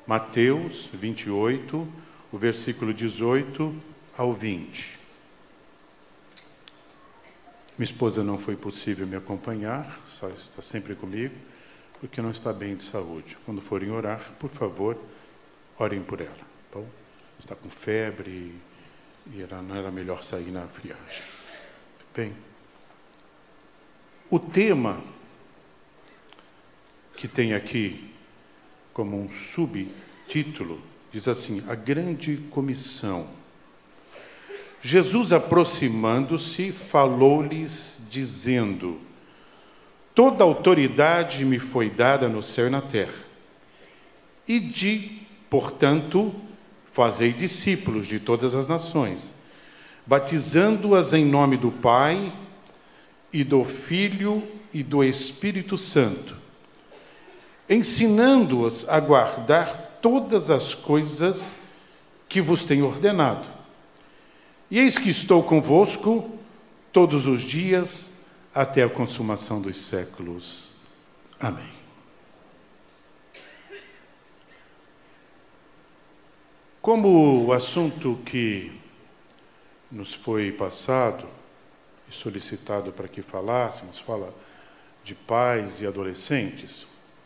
Mateus 28, o versículo 18 ao 20. Minha esposa não foi possível me acompanhar, só está sempre comigo, porque não está bem de saúde. Quando forem orar, por favor, orem por ela. Bom, está com febre e não era melhor sair na friagem. Bem, o tema que tem aqui como um subtítulo diz assim: a grande comissão. Jesus, aproximando-se, falou-lhes, dizendo: toda autoridade me foi dada no céu e na terra. Ide, portanto, fazei discípulos de todas as nações, batizando-as em nome do Pai, e do Filho e do Espírito Santo, ensinando-os a guardar todas as coisas que vos tenho ordenado. E eis que estou convosco todos os dias até a consumação dos séculos. Amém. Como o assunto que nos foi passado e solicitado para que falássemos, fala de pais e adolescentes,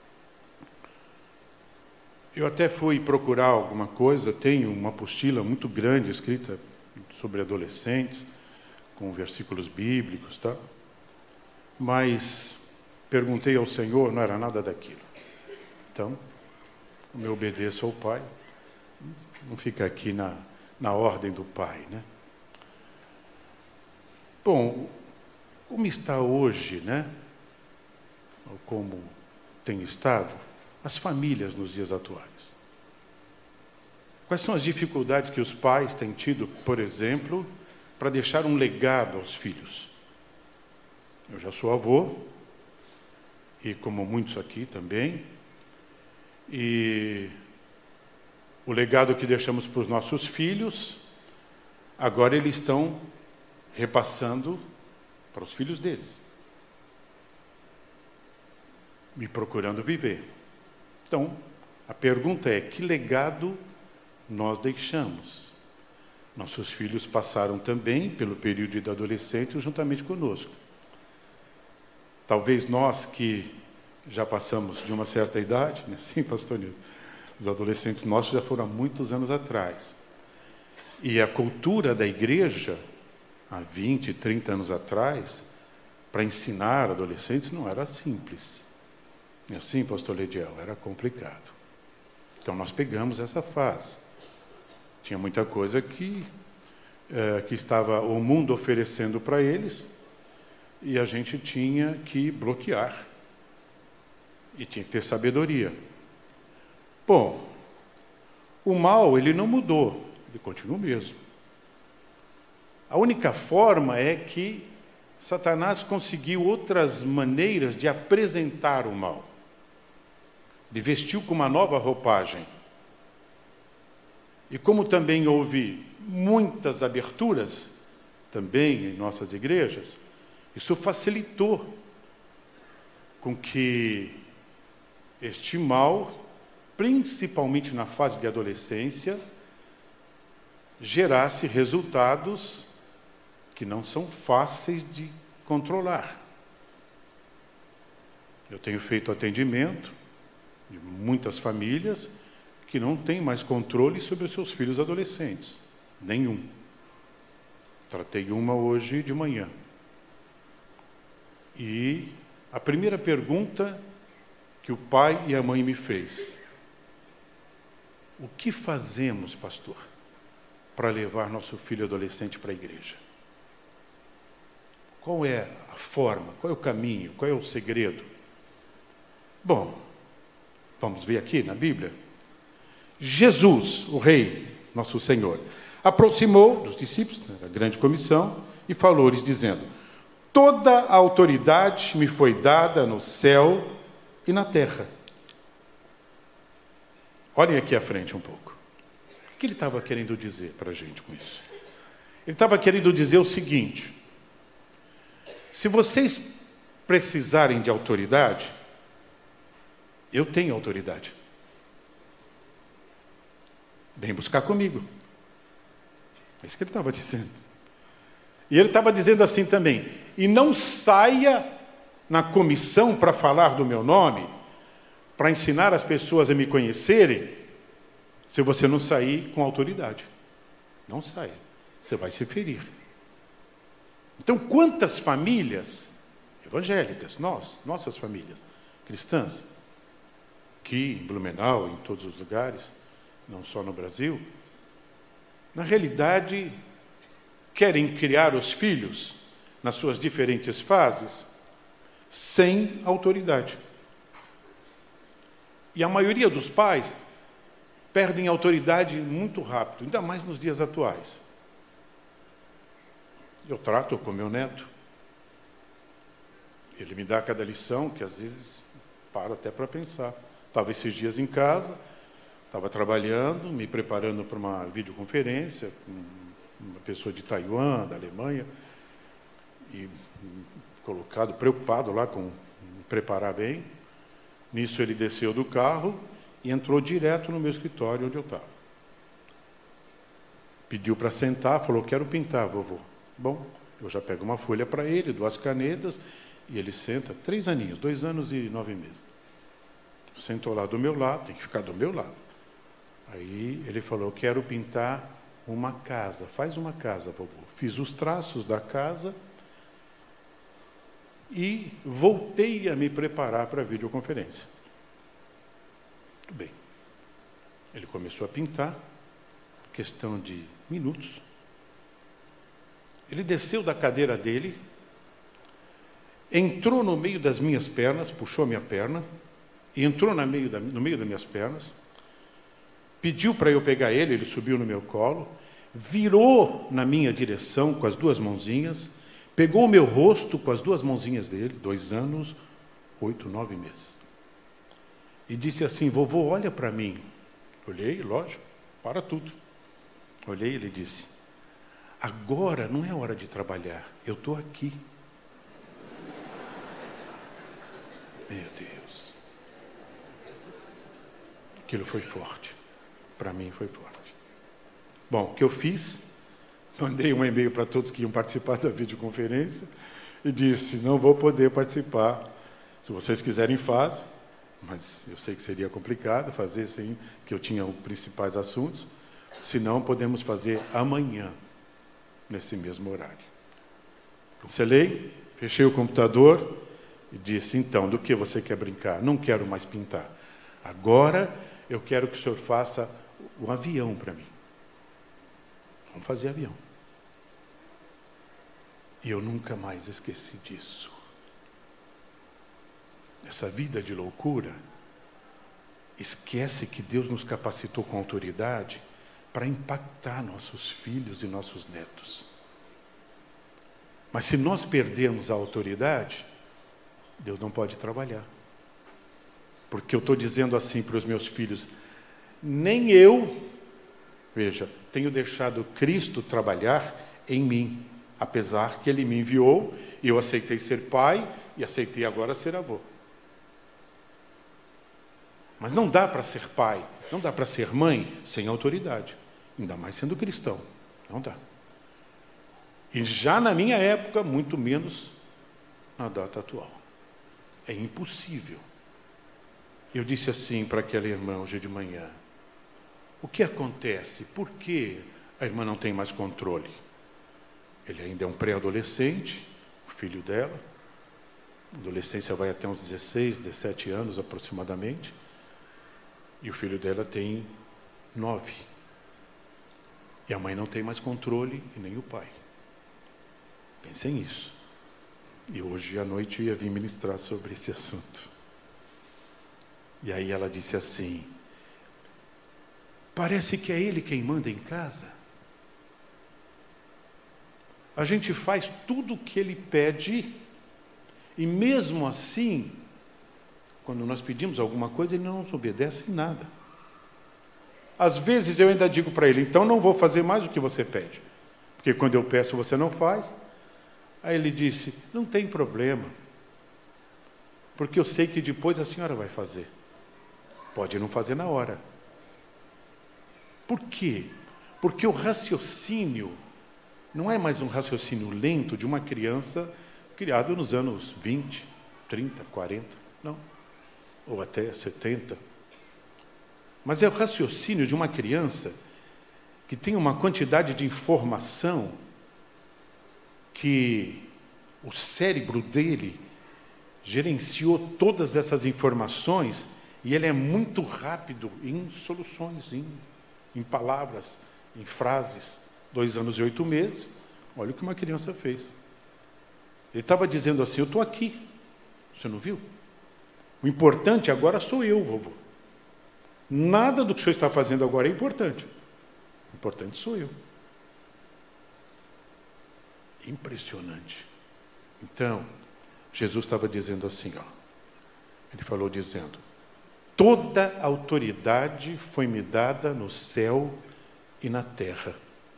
eu até fui procurar alguma coisa, tenho uma apostila muito grande escrita sobre adolescentes, com versículos bíblicos, tá? Mas perguntei ao Senhor, não era nada daquilo. Então, eu me obedeço ao Pai, não fica aqui na ordem do Pai, né? Bom, como está hoje, né? Ou como tem estado as famílias nos dias atuais? Quais são as dificuldades que os pais têm tido, por exemplo, para deixar um legado aos filhos? Eu já sou avô, e como muitos aqui também, e o legado que deixamos para os nossos filhos, agora eles estão repassando para os filhos deles, me procurando viver. Então, a pergunta é: que legado nós deixamos? Nossos filhos passaram também pelo período da adolescência juntamente conosco. Talvez nós que já passamos de uma certa idade, né? Sim, pastor Nilton, os adolescentes nossos já foram há muitos anos atrás. E a cultura da igreja, há 20, 30 anos atrás, para ensinar adolescentes não era simples. E assim, pastor Lediel, era complicado. Então nós pegamos essa fase. Tinha muita coisa que estava o mundo oferecendo para eles, e a gente tinha que bloquear. E tinha que ter sabedoria. Bom, o mal, ele não mudou, ele continua o mesmo. A única forma é que Satanás conseguiu outras maneiras de apresentar o mal. Ele vestiu com uma nova roupagem. E como também houve muitas aberturas, também em nossas igrejas, isso facilitou com que este mal, principalmente na fase de adolescência, gerasse resultados que não são fáceis de controlar. Eu tenho feito atendimento de muitas famílias que não têm mais controle sobre os seus filhos adolescentes. Nenhum. Tratei uma hoje de manhã. E a primeira pergunta que o pai e a mãe me fez: o que fazemos, pastor, para levar nosso filho adolescente para a igreja? Qual é a forma? Qual é o caminho? Qual é o segredo? Bom, vamos ver aqui na Bíblia. Jesus, o Rei, nosso Senhor, aproximou dos discípulos, da grande comissão, e falou-lhes dizendo: toda a autoridade me foi dada no céu e na terra. Olhem aqui à frente um pouco. O que ele estava querendo dizer para a gente com isso? Ele estava querendo dizer o seguinte: se vocês precisarem de autoridade, eu tenho autoridade. Vem buscar comigo. É isso que ele estava dizendo. E ele estava dizendo assim também, e não saia na comissão para falar do meu nome, para ensinar as pessoas a me conhecerem, se você não sair com autoridade. Não saia, você vai se ferir. Então, quantas famílias evangélicas, nossas famílias cristãs, aqui em Blumenau, em todos os lugares, não só no Brasil, na realidade, querem criar os filhos nas suas diferentes fases sem autoridade. E a maioria dos pais perdem autoridade muito rápido, ainda mais nos dias atuais. Eu trato com meu neto. Ele me dá cada lição que às vezes paro até para pensar. Estava esses dias em casa, estava trabalhando, me preparando para uma videoconferência com uma pessoa de Taiwan, da Alemanha, e preocupado lá com me preparar bem. Nisso ele desceu do carro e entrou direto no meu escritório onde eu estava. Pediu para sentar, falou, quero pintar, vovô. Bom, eu já pego uma folha para ele, 2 canetas, e ele senta, 3 aninhos, 2 anos e 9 meses. Sentou lá do meu lado, tem que ficar do meu lado. Aí ele falou, quero pintar uma casa, faz uma casa, vovô. Fiz os traços da casa e voltei a me preparar para a videoconferência. Tudo bem. Ele começou a pintar, questão de minutos. Ele desceu da cadeira dele, entrou no meio das minhas pernas, puxou minha perna, e entrou no meio das minhas pernas, pediu para eu pegar ele, ele subiu no meu colo, virou na minha direção com as 2 mãozinhas, pegou o meu rosto com as 2 mãozinhas dele, 2 anos, 8, 9 meses, e disse assim, vovô, olha para mim. Olhei, lógico, para tudo. Olhei e ele disse, agora não é hora de trabalhar, eu estou aqui. Meu Deus. Aquilo foi forte. Para mim foi forte. Bom, o que eu fiz? Mandei um e-mail para todos que iam participar da videoconferência e disse, não vou poder participar. Se vocês quiserem, fazem. Mas eu sei que seria complicado fazer sem que eu tinha os principais assuntos. Se não, podemos fazer amanhã, nesse mesmo horário. Cancelei, fechei o computador e disse, então, do que você quer brincar? Não quero mais pintar. Agora eu quero que o senhor faça um avião para mim. Vamos fazer avião. E eu nunca mais esqueci disso. Essa vida de loucura, esquece que Deus nos capacitou com autoridade para impactar nossos filhos e nossos netos. Mas se nós perdermos a autoridade, Deus não pode trabalhar. Porque eu estou dizendo assim para os meus filhos, nem eu, veja, tenho deixado Cristo trabalhar em mim, apesar que Ele me enviou, e eu aceitei ser pai, e aceitei agora ser avô. Mas não dá para ser pai, não dá para ser mãe sem autoridade, ainda mais sendo cristão, não dá. E já na minha época, muito menos na data atual. É impossível. Eu disse assim para aquela irmã hoje de manhã, o que acontece? Por que a irmã não tem mais controle? Ele ainda é um pré-adolescente, o filho dela, a adolescência vai até uns 16, 17 anos aproximadamente, e o filho dela tem 9. E a mãe não tem mais controle e nem o pai. Pensem nisso. E hoje à noite eu ia vir ministrar sobre esse assunto. E aí ela disse assim, parece que é ele quem manda em casa. A gente faz tudo o que ele pede, e mesmo assim, quando nós pedimos alguma coisa, ele não nos obedece em nada. Às vezes eu ainda digo para ele, então não vou fazer mais o que você pede, porque quando eu peço você não faz. Aí ele disse, não tem problema, porque eu sei que depois a senhora vai fazer. Pode não fazer na hora, Por quê? Porque o raciocínio não é mais um raciocínio lento de uma criança criada nos anos 20, 30, 40, não, ou até 70. Mas é o raciocínio de uma criança que tem uma quantidade de informação que o cérebro dele gerenciou todas essas informações e ele é muito rápido em soluções, em palavras, em frases. 2 anos e 8 meses, olha o que uma criança fez. Ele estava dizendo assim, eu estou aqui, você não viu? O importante agora sou eu, vovô. Nada do que o senhor está fazendo agora é importante. O importante sou eu. Impressionante. Então, Jesus estava dizendo assim, ele falou dizendo, toda autoridade foi me dada no céu e na terra.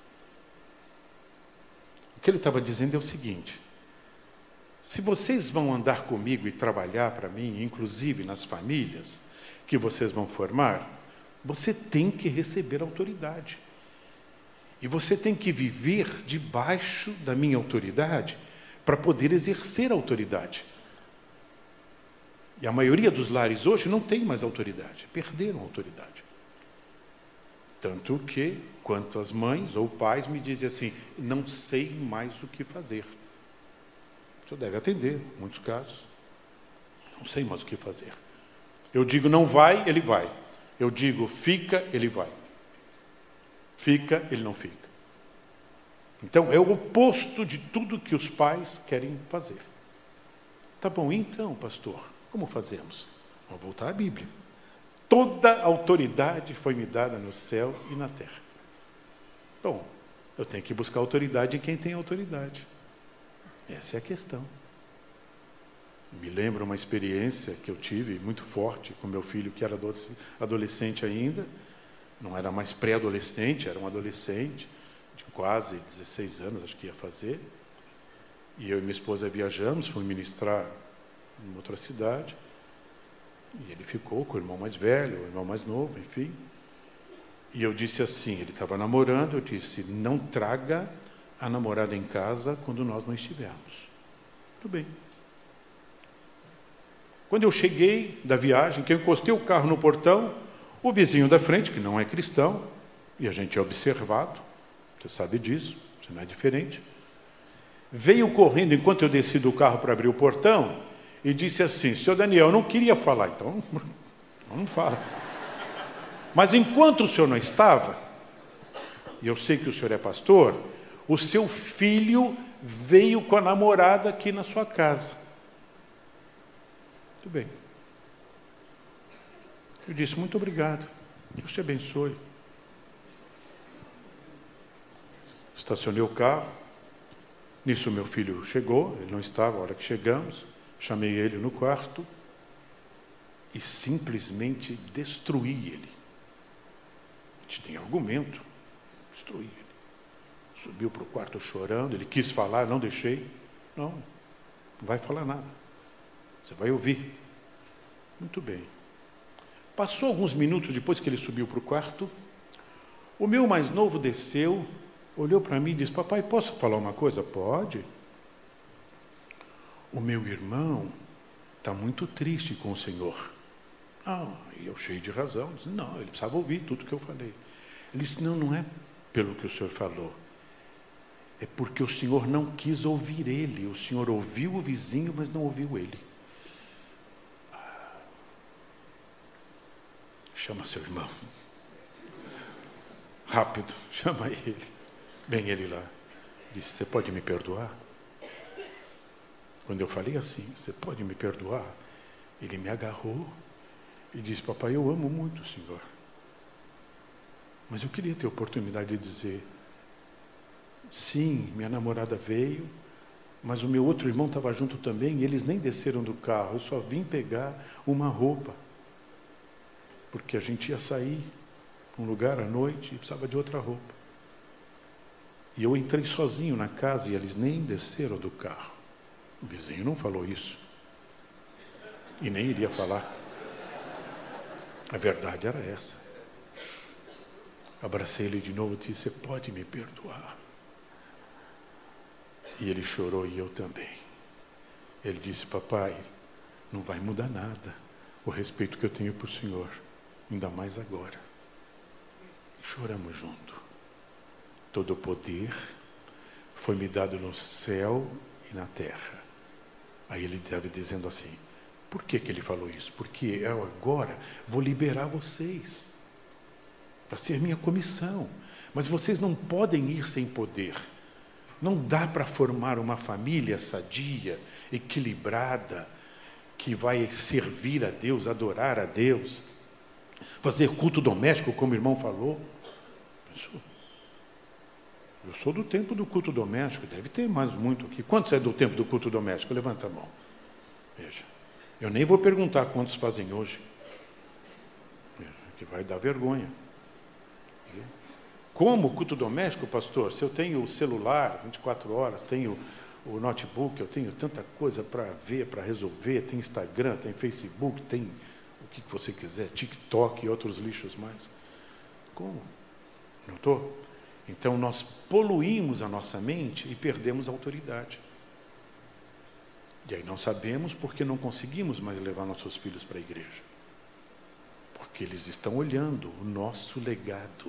O que ele estava dizendo é o seguinte, se vocês vão andar comigo e trabalhar para mim, inclusive nas famílias que vocês vão formar, você tem que receber autoridade. E você tem que viver debaixo da minha autoridade para poder exercer a autoridade. E a maioria dos lares hoje não tem mais autoridade, perderam a autoridade. Tanto que, quanto as mães ou pais me dizem assim, não sei mais o que fazer. O senhor deve atender, em muitos casos. Não sei mais o que fazer. Eu digo não vai, ele vai. Eu digo fica, ele vai. Fica, ele não fica. Então, é o oposto de tudo que os pais querem fazer. Tá bom, então, pastor, como fazemos? Vamos voltar à Bíblia. Toda autoridade foi me dada no céu e na terra. Bom, eu tenho que buscar autoridade em quem tem autoridade. Essa é a questão. Me lembro uma experiência que eu tive muito forte com meu filho, que era adolescente ainda. Não era mais pré-adolescente, era um adolescente de quase 16 anos, acho que ia fazer. E eu e minha esposa viajamos, fomos ministrar em outra cidade. E ele ficou com o irmão mais velho, o irmão mais novo, enfim. E eu disse assim, ele estava namorando, eu disse, não traga a namorada em casa quando nós não estivermos. Tudo bem. Quando eu cheguei da viagem, que eu encostei o carro no portão, o vizinho da frente, que não é cristão, e a gente é observado, você sabe disso, você não é diferente, veio correndo enquanto eu desci do carro para abrir o portão e disse assim, senhor Daniel, eu não queria falar, então não fala. Mas enquanto o senhor não estava, e eu sei que o senhor é pastor, o seu filho veio com a namorada aqui na sua casa. Tudo bem. Eu disse, muito obrigado, Deus te abençoe. Estacionei o carro, nisso meu filho chegou, ele não estava a hora que chegamos, chamei ele no quarto e simplesmente destruí ele. A gente tem argumento, destruí ele. Subiu para o quarto chorando, ele quis falar, não deixei. Não vai falar nada, você vai ouvir. Muito bem. Passou alguns minutos depois que ele subiu para o quarto, o meu mais novo desceu, olhou para mim e disse, papai, posso falar uma coisa? Pode. O meu irmão está muito triste com o senhor. E eu cheio de razão, disse, não, ele precisava ouvir tudo que eu falei. Ele disse, não é pelo que o senhor falou, é porque o senhor não quis ouvir ele, o senhor ouviu o vizinho, mas não ouviu ele. Chama seu irmão. Rápido, chama ele. Vem ele lá. Disse, você pode me perdoar? Quando eu falei assim, você pode me perdoar? Ele me agarrou e disse, papai, eu amo muito o senhor. Mas eu queria ter a oportunidade de dizer, sim, minha namorada veio, mas o meu outro irmão estava junto também e eles nem desceram do carro, eu só vim pegar uma roupa. Porque a gente ia sair para um lugar à noite e precisava de outra roupa. E eu entrei sozinho na casa e eles nem desceram do carro. O vizinho não falou isso. E nem iria falar. A verdade era essa. Abracei ele de novo e disse: você pode me perdoar? E ele chorou e eu também. Ele disse: papai, não vai mudar nada o respeito que eu tenho por senhor, ainda mais agora. E choramos junto. Todo o poder foi-me dado no céu e na terra. Aí ele estava dizendo assim: por que ele falou isso? Porque eu agora vou liberar vocês para ser minha comissão. Mas vocês não podem ir sem poder. Não dá para formar uma família sadia, equilibrada, que vai servir a Deus, adorar a Deus, fazer culto doméstico, como o irmão falou. Eu sou do tempo do culto doméstico, deve ter mais muito aqui. Quantos é do tempo do culto doméstico? Levanta a mão. Veja, eu nem vou perguntar quantos fazem hoje, que vai dar vergonha. Como culto doméstico, pastor? Se eu tenho o celular 24 horas, tenho o notebook, eu tenho tanta coisa para ver, para resolver, tem Instagram, tem Facebook, tem o que você quiser, TikTok e outros lixos mais. Como? Notou? Então nós poluímos a nossa mente e perdemos a autoridade. E aí não sabemos porque não conseguimos mais levar nossos filhos para a igreja. Porque eles estão olhando o nosso legado.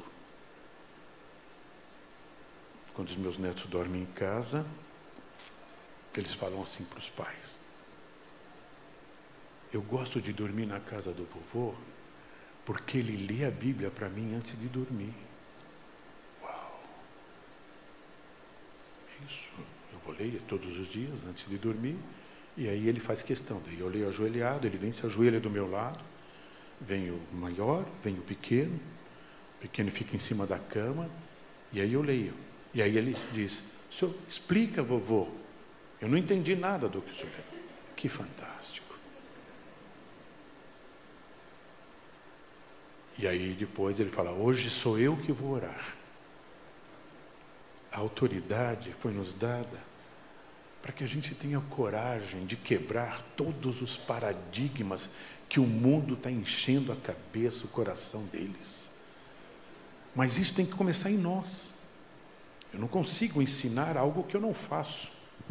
Quando os meus netos dormem em casa, eles falam assim para os pais: eu gosto de dormir na casa do vovô porque ele lê a Bíblia para mim antes de dormir. Uau! Isso, eu vou ler todos os dias antes de dormir, e aí ele faz questão. Daí eu leio ajoelhado, ele vem se ajoelha do meu lado, vem o maior, vem o pequeno fica em cima da cama, e aí eu leio. E aí ele diz: senhor, explica, vovô. Eu não entendi nada do que o senhor leu. Que fantástico. E aí depois ele fala: hoje sou eu que vou orar. A autoridade foi nos dada para que a gente tenha coragem de quebrar todos os paradigmas que o mundo está enchendo a cabeça, o coração deles. Mas isso tem que começar em nós. Eu não consigo ensinar algo que eu não faço.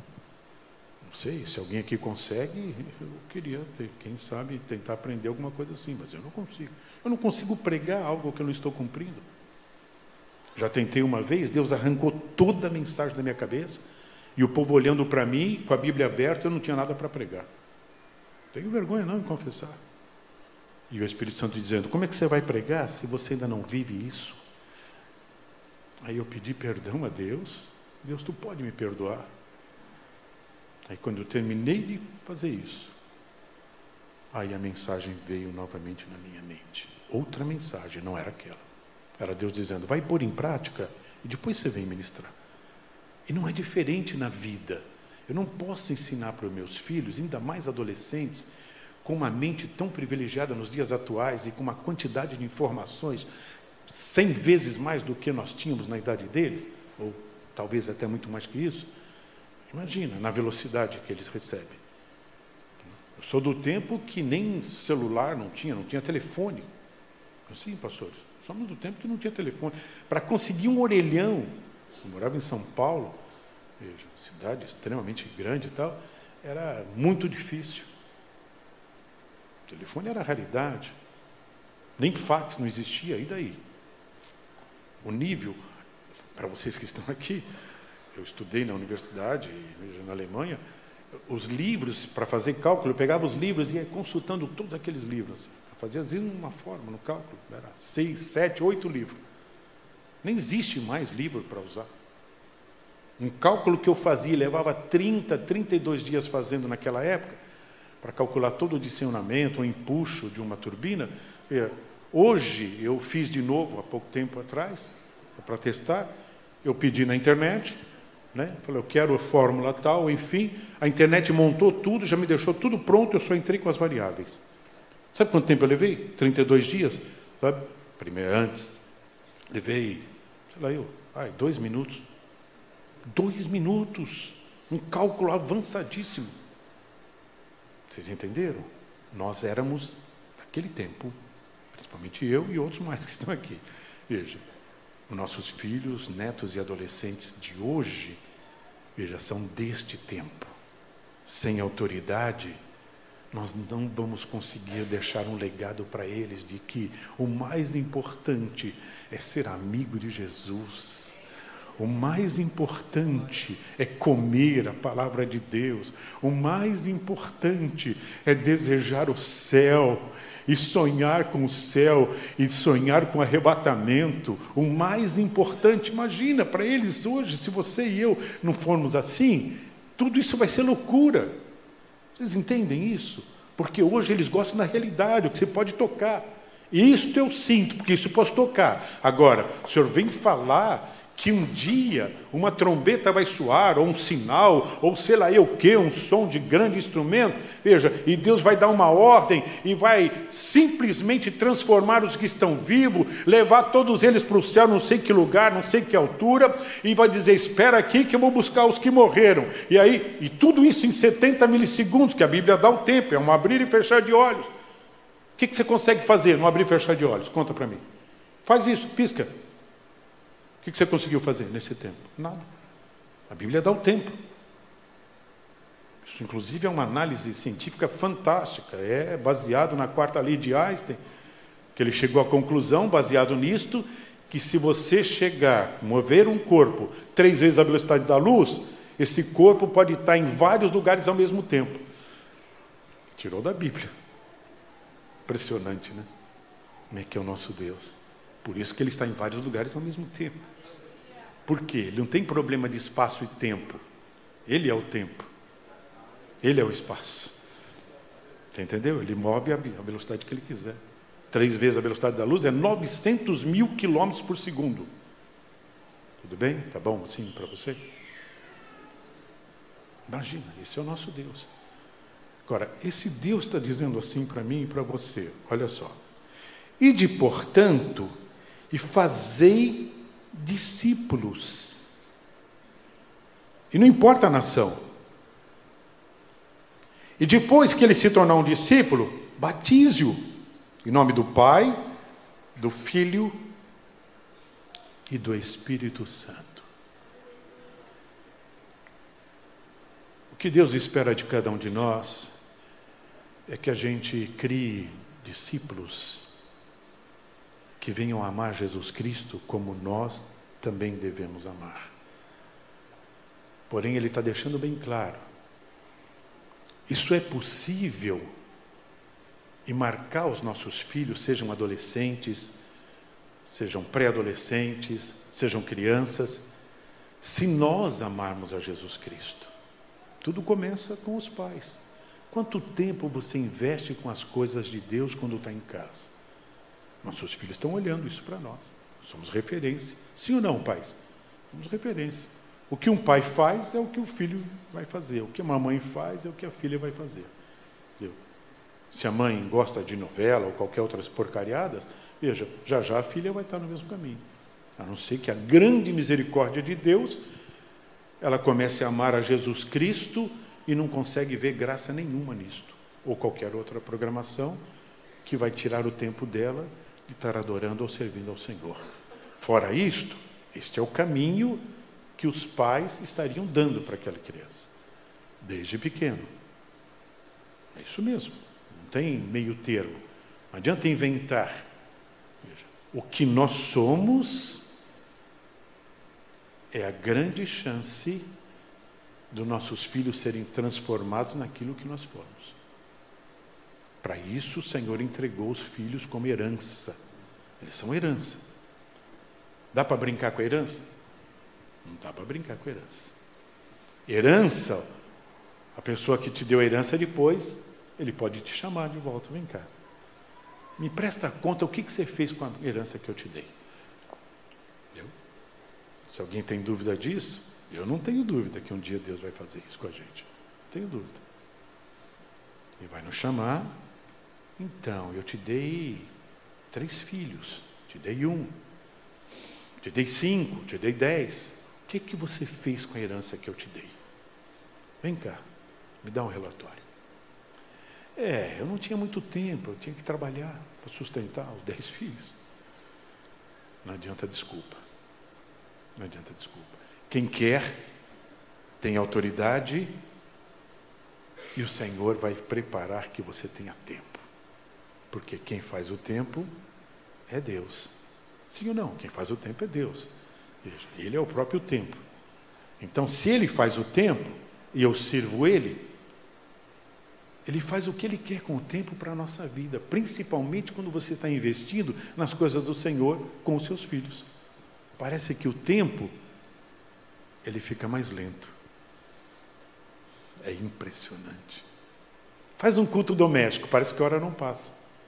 Não sei, se alguém aqui consegue, eu queria ter, quem sabe, tentar aprender alguma coisa assim, mas eu não consigo. Eu não consigo pregar algo que eu não estou cumprindo. Já tentei uma vez, Deus arrancou toda a mensagem da minha cabeça, e o povo olhando para mim, com a Bíblia aberta, eu não tinha nada para pregar. Tenho vergonha não em confessar. E o Espírito Santo dizendo: como é que você vai pregar se você ainda não vive isso? Aí eu pedi perdão a Deus. Deus, tu pode me perdoar? Aí quando eu terminei de fazer isso, aí a mensagem veio novamente na minha mente. Outra mensagem, não era aquela. Era Deus dizendo: vai pôr em prática e depois você vem ministrar. E não é diferente na vida. Eu não posso ensinar para os meus filhos, ainda mais adolescentes, com uma mente tão privilegiada nos dias atuais e com uma quantidade de informações 100 vezes mais do que nós tínhamos na idade deles, ou talvez até muito mais que isso. Imagina, na velocidade que eles recebem. Eu sou do tempo que nem celular não tinha telefone. Sim, pastores, somos do tempo que não tinha telefone. Para conseguir um orelhão, eu morava em São Paulo, veja, cidade extremamente grande e tal, era muito difícil. O telefone era raridade. Nem fax não existia, e daí? O nível, para vocês que estão aqui, eu estudei na universidade, na Alemanha, os livros, para fazer cálculo, eu pegava os livros e ia consultando todos aqueles livros. Fazia assim uma forma no cálculo, era 6, 7, 8 livros. Nem existe mais livro para usar. Um cálculo que eu fazia, levava 30, 32 dias fazendo naquela época, para calcular todo o dicionamento, o empuxo de uma turbina. Hoje, eu fiz de novo, há pouco tempo atrás, para testar, eu pedi na internet, né? Falei, eu quero a fórmula tal, enfim, a internet montou tudo, já me deixou tudo pronto, eu só entrei com as variáveis. Sabe quanto tempo eu levei? 32 dias, sabe? Primeiro, antes, levei, 2 minutos. 2 minutos, um cálculo avançadíssimo. Vocês entenderam? Nós éramos, naquele tempo, principalmente eu e outros mais que estão aqui. Veja, Nossos filhos, netos e adolescentes de hoje, veja, são deste tempo. Sem autoridade, nós não vamos conseguir deixar um legado para eles de que o mais importante é ser amigo de Jesus. O mais importante é comer a palavra de Deus. O mais importante é desejar o céu e sonhar com o céu e sonhar com arrebatamento. O mais importante, imagina, para eles hoje, se você e eu não formos assim, tudo isso vai ser loucura. Vocês entendem isso? Porque hoje eles gostam da realidade, o que você pode tocar. E isto eu sinto, porque isso eu posso tocar. Agora, o senhor vem falar que um dia uma trombeta vai soar, ou um sinal, ou sei lá eu o quê, um som de grande instrumento, veja, e Deus vai dar uma ordem, e vai simplesmente transformar os que estão vivos, levar todos eles para o céu, não sei que lugar, não sei que altura, e vai dizer, espera aqui que eu vou buscar os que morreram, e aí, e tudo isso em 70 milissegundos, que a Bíblia dá o tempo, é um abrir e fechar de olhos. O que você consegue fazer no abrir e fechar de olhos? Conta para mim. Faz isso, pisca. O que você conseguiu fazer nesse tempo? Nada. A Bíblia dá o tempo. Isso, inclusive, é uma análise científica fantástica. É baseado na quarta lei de Einstein, que ele chegou à conclusão, baseado nisto, que se você chegar, mover um corpo 3 vezes a velocidade da luz, esse corpo pode estar em vários lugares ao mesmo tempo. Tirou da Bíblia. Impressionante, né? Como é que é o nosso Deus? Por isso que ele está em vários lugares ao mesmo tempo. Por quê? Ele não tem problema de espaço e tempo. Ele é o tempo. Ele é o espaço. Você entendeu? Ele move a velocidade que ele quiser. 3 vezes a velocidade da luz é 900 mil quilômetros por segundo. Tudo bem? Tá bom assim para você? Imagina, esse é o nosso Deus. Agora, esse Deus está dizendo assim para mim e para você. Olha só. Ide, portanto, e fazei discípulos. E não importa a nação. E depois que ele se tornar um discípulo, batize-o em nome do Pai, do Filho e do Espírito Santo. O que Deus espera de cada um de nós é que a gente crie discípulos que venham a amar Jesus Cristo como nós também devemos amar. Porém, ele está deixando bem claro, isso é possível e marcar os nossos filhos, sejam adolescentes, sejam pré-adolescentes, sejam crianças, se nós amarmos a Jesus Cristo. Tudo começa com os pais. Quanto tempo você investe com as coisas de Deus quando está em casa? Nossos filhos estão olhando isso para nós. Somos referência. Sim ou não, pais? Somos referência. O que um pai faz é o que o filho vai fazer. O que uma mãe faz é o que a filha vai fazer. Entendeu? Se a mãe gosta de novela ou qualquer outras porcariadas, veja, já já a filha vai estar no mesmo caminho. A não ser que a grande misericórdia de Deus, ela comece a amar a Jesus Cristo e não consegue ver graça nenhuma nisto. Ou qualquer outra programação que vai tirar o tempo dela de estar adorando ou servindo ao Senhor. Fora isto, este é o caminho que os pais estariam dando para aquela criança, desde pequeno. É isso mesmo, não tem meio termo. Não adianta inventar. Veja, o que nós somos é a grande chance dos nossos filhos serem transformados naquilo que nós formos. Para isso, o Senhor entregou os filhos como herança. Eles são herança. Dá para brincar com a herança? Não dá para brincar com a herança. Herança, a pessoa que te deu a herança depois, ele pode te chamar de volta. Vem cá. Me presta conta o que você fez com a herança que eu te dei. Entendeu? Se alguém tem dúvida disso, eu não tenho dúvida que um dia Deus vai fazer isso com a gente. Não tenho dúvida. Ele vai nos chamar. Então, eu te dei 3 filhos, te dei 1, te dei 5, te dei 10. O que você fez com a herança que eu te dei? Vem cá, me dá um relatório. Eu não tinha muito tempo, eu tinha que trabalhar para sustentar os 10 filhos. Não adianta desculpa. Não adianta desculpa. Quem quer tem autoridade e o Senhor vai preparar que você tenha tempo. Porque quem faz o tempo é Deus. Sim ou não? Quem faz o tempo é Deus. Veja, Ele é o próprio tempo. Então, se Ele faz o tempo e eu sirvo Ele, Ele faz o que Ele quer com o tempo para a nossa vida, principalmente quando você está investindo nas coisas do Senhor com os seus filhos. Parece que o tempo, ele fica mais lento. É impressionante. Faz um culto doméstico, parece que a hora não passa.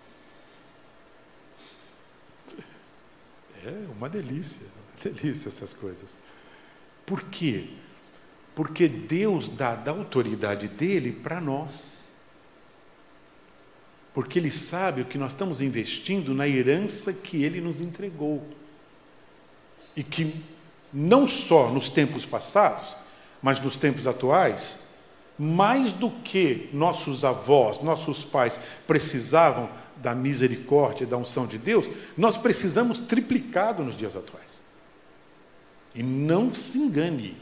É uma delícia essas coisas. Por quê? Porque Deus dá da autoridade dele para nós. Porque Ele sabe o que nós estamos investindo na herança que Ele nos entregou. E que não só nos tempos passados, mas nos tempos atuais, mais do que nossos avós, nossos pais precisavam da misericórdia e da unção de Deus, nós precisamos triplicado nos dias atuais. E não se engane,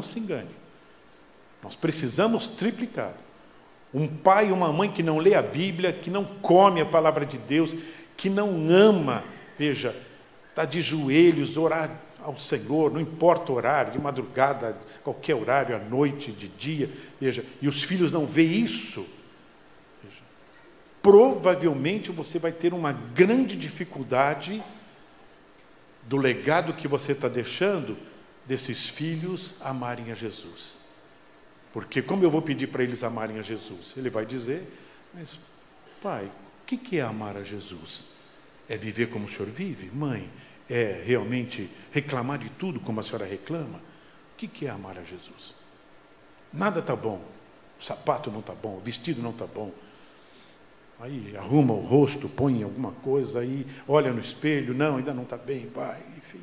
Nós precisamos triplicado. Um pai e uma mãe que não lê a Bíblia, que não come a palavra de Deus, que não ama, veja, está de joelhos, orar ao Senhor, não importa o horário, de madrugada, qualquer horário, à noite, de dia, veja, e os filhos não veem isso, veja, provavelmente você vai ter uma grande dificuldade do legado que você está deixando desses filhos amarem a Jesus. Porque como eu vou pedir para eles amarem a Jesus? Ele vai dizer, mas pai, o que é amar a Jesus? É viver como o senhor vive? Mãe, é realmente reclamar de tudo como a senhora reclama? O que é amar a Jesus? Nada está bom, o sapato não está bom, o vestido não está bom. Aí arruma o rosto, põe alguma coisa, aí olha no espelho, não, ainda não está bem, pai, enfim.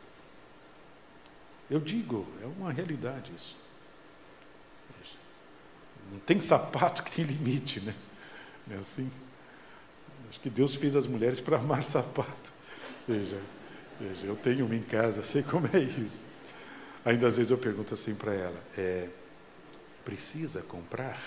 Eu digo, é uma realidade isso. Não tem sapato que tem limite, né? Não é assim? Acho que Deus fez as mulheres para amar sapato. Veja, eu tenho uma em casa, sei como é isso. Ainda às vezes eu pergunto assim para ela, precisa comprar?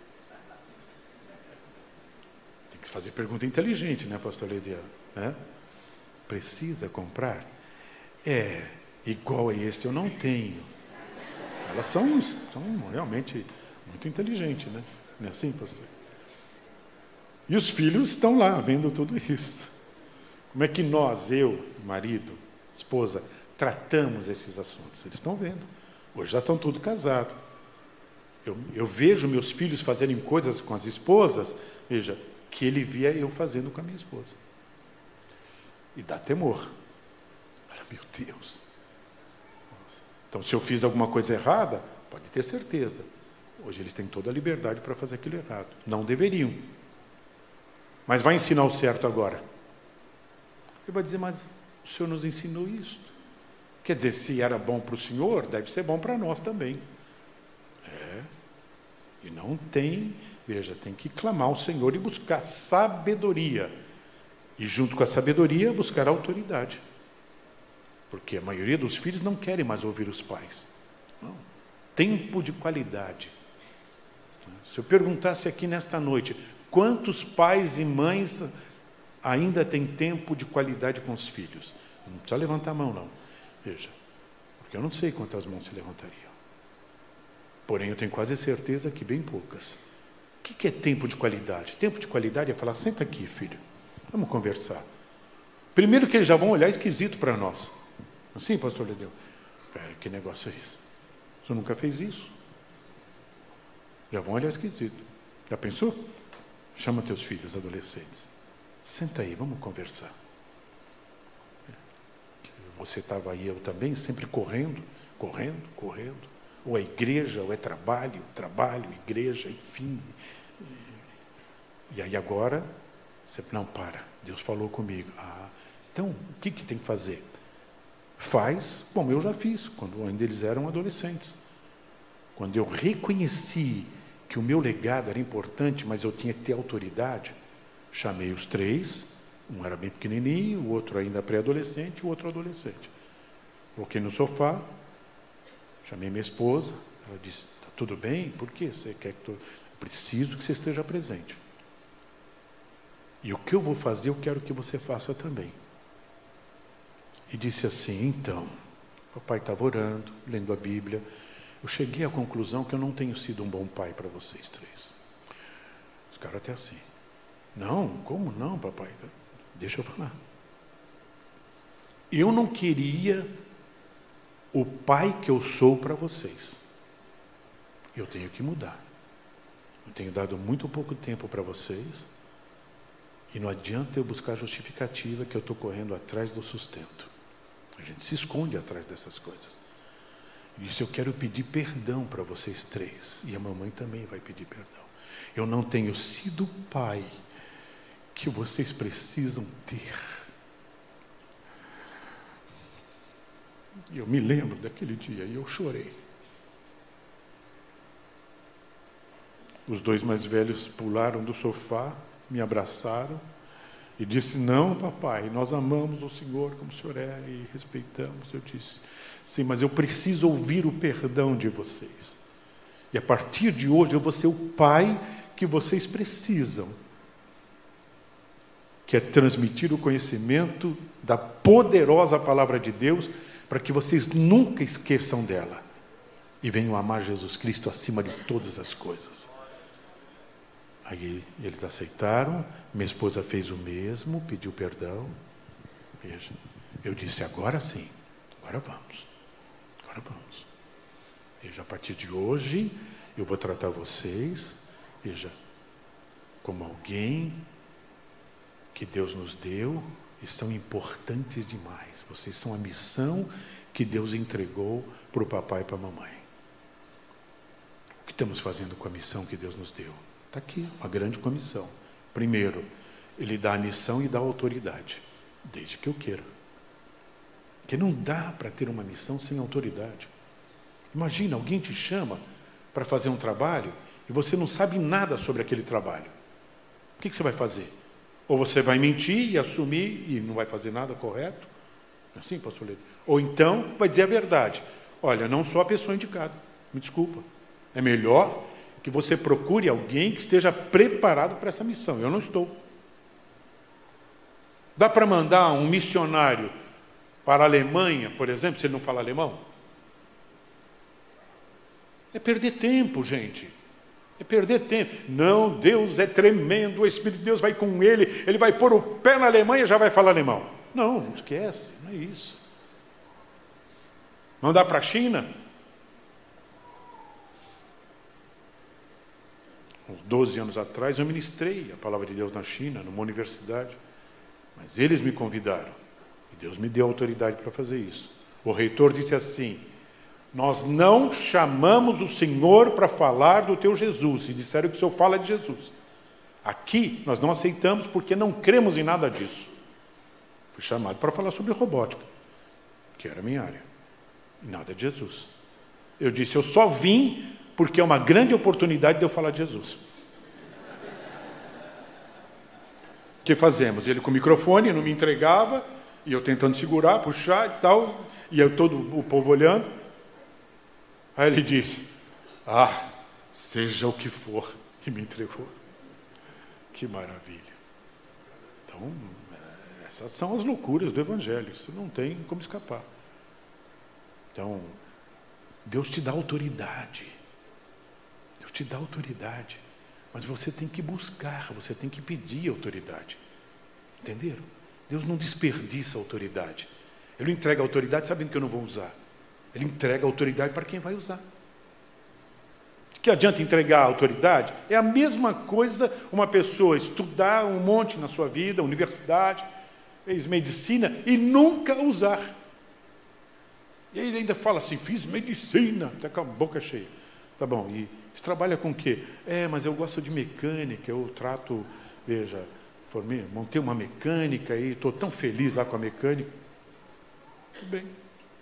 Tem que fazer pergunta inteligente, né, pastor Lidiano? Né? Precisa comprar? Igual a este eu não tenho. Elas são realmente muito inteligentes, né? Não é assim, pastor? E os filhos estão lá, vendo tudo isso. Como é que nós, eu, marido, esposa, tratamos esses assuntos? Eles estão vendo. Hoje já estão todos casados. Eu vejo meus filhos fazerem coisas com as esposas, veja, que ele via eu fazendo com a minha esposa. E dá temor. Olha, meu Deus. Nossa. Então, se eu fiz alguma coisa errada, pode ter certeza. Hoje eles têm toda a liberdade para fazer aquilo errado. Não deveriam. Mas vai ensinar o certo agora. Ele vai dizer, mas o Senhor nos ensinou isso. Quer dizer, se era bom para o Senhor, deve ser bom para nós também. E não tem, veja, tem que clamar ao Senhor e buscar sabedoria. E junto com a sabedoria, buscar a autoridade. Porque a maioria dos filhos não querem mais ouvir os pais. Não. Tempo de qualidade. Se eu perguntasse aqui nesta noite, quantos pais e mães ainda têm tempo de qualidade com os filhos? Não precisa levantar a mão, não. Veja, porque eu não sei quantas mãos se levantariam. Porém, eu tenho quase certeza que bem poucas. O que é tempo de qualidade? Tempo de qualidade é falar, senta aqui, filho, vamos conversar. Primeiro que eles já vão olhar esquisito para nós. Assim, pastor Ledeu? Que negócio é isso? O senhor nunca fez isso? Já vão olhar esquisito. Já pensou? Chama teus filhos adolescentes. Senta aí, vamos conversar. Você estava aí, eu também, sempre correndo. Ou é igreja, ou é trabalho, igreja, enfim. E aí agora, você não para. Deus falou comigo. Então, o que tem que fazer? Faz, bom, eu já fiz, quando ainda eles eram adolescentes. Quando eu reconheci que o meu legado era importante, mas eu tinha que ter autoridade, chamei os três, um era bem pequenininho, o outro ainda pré-adolescente, o outro adolescente. Coloquei no sofá, chamei minha esposa, ela disse, está tudo bem? Por que você quer que eu preciso que você esteja presente. E o que eu vou fazer, eu quero que você faça também. E disse assim, então, papai estava orando, lendo a Bíblia, eu cheguei à conclusão que eu não tenho sido um bom pai para vocês três. Os caras até assim, não, como não, papai? Deixa eu falar. Eu não queria o pai que eu sou para vocês. Eu tenho que mudar. Eu tenho dado muito pouco tempo para vocês e não adianta eu buscar justificativa que eu estou correndo atrás do sustento. A gente se esconde atrás dessas coisas. Eu disse, eu quero pedir perdão para vocês três e a mamãe também vai pedir perdão. Eu não tenho sido o pai que vocês precisam ter. E eu me lembro daquele dia e eu chorei. Os dois mais velhos pularam do sofá, me abraçaram e disse, não, papai, nós amamos o Senhor como o Senhor é e respeitamos. Eu disse, sim, mas eu preciso ouvir o perdão de vocês. E a partir de hoje eu vou ser o pai que vocês precisam, que é transmitir o conhecimento da poderosa palavra de Deus para que vocês nunca esqueçam dela e venham amar Jesus Cristo acima de todas as coisas. Aí eles aceitaram, minha esposa fez o mesmo, pediu perdão. Veja, eu disse, agora sim, agora vamos. Veja, a partir de hoje, eu vou tratar vocês, veja, como alguém que Deus nos deu e são importantes demais. Vocês são a missão que Deus entregou para o papai e para a mamãe. O que estamos fazendo com a missão que Deus nos deu? Está aqui, uma grande comissão. Primeiro, Ele dá a missão e dá a autoridade, desde que eu queira. Porque não dá para ter uma missão sem autoridade. Imagina, alguém te chama para fazer um trabalho e você não sabe nada sobre aquele trabalho. O que você vai fazer? Ou você vai mentir e assumir e não vai fazer nada correto? Não é assim, pastor Leite? Ou então vai dizer a verdade. Olha, não sou a pessoa indicada, me desculpa. É melhor que você procure alguém que esteja preparado para essa missão. Eu não estou. Dá para mandar um missionário para a Alemanha, por exemplo, se ele não fala alemão? É perder tempo, gente. É perder tempo. Não, Deus é tremendo, o Espírito de Deus vai com ele, ele vai pôr o pé na Alemanha e já vai falar alemão. Não esquece, não é isso. Mandar para a China? Uns 12 anos atrás eu ministrei a palavra de Deus na China, numa universidade. Mas eles me convidaram. E Deus me deu autoridade para fazer isso. O reitor disse assim, nós não chamamos o Senhor para falar do teu Jesus. E disseram que o Senhor fala de Jesus. Aqui nós não aceitamos porque não cremos em nada disso. Fui chamado para falar sobre robótica, que era a minha área. E nada de Jesus. Eu disse, eu só vim porque é uma grande oportunidade de eu falar de Jesus. O que fazemos? Ele com o microfone não me entregava, e eu tentando segurar, puxar e tal, e eu todo o povo olhando. Aí ele disse, seja o que for que me entregou. Que maravilha. Então, essas são as loucuras do Evangelho, isso não tem como escapar. Então, Deus te dá autoridade. Deus te dá autoridade. Mas você tem que buscar, você tem que pedir autoridade. Entenderam? Deus não desperdiça a autoridade. Ele não entrega a autoridade sabendo que eu não vou usar. Ele entrega a autoridade para quem vai usar. O que adianta entregar a autoridade? É a mesma coisa uma pessoa estudar um monte na sua vida, universidade, fez medicina e nunca usar. E ele ainda fala assim, fiz medicina, está com a boca cheia. Tá bom, e você trabalha com o quê? Mas eu gosto de mecânica, eu trato, veja, montei uma mecânica e estou tão feliz lá com a mecânica. Tudo bem.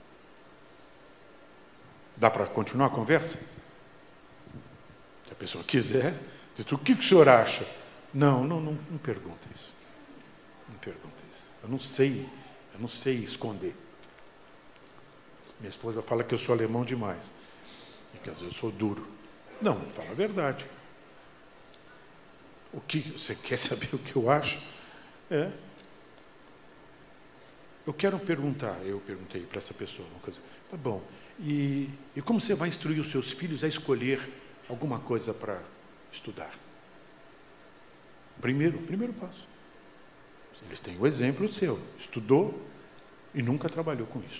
Dá para continuar a conversa? Se a pessoa quiser, diz, o que o senhor acha? Não pergunta isso. Não pergunta isso. Eu não sei esconder. Minha esposa fala que eu sou alemão demais. E que às vezes eu sou duro. Não, fala a verdade. O que você quer saber o que eu acho? Eu quero perguntar, eu perguntei para essa pessoa uma coisa. Tá bom, e como você vai instruir os seus filhos a escolher alguma coisa para estudar? Primeiro passo. Eles têm o exemplo seu. Estudou e nunca trabalhou com isto.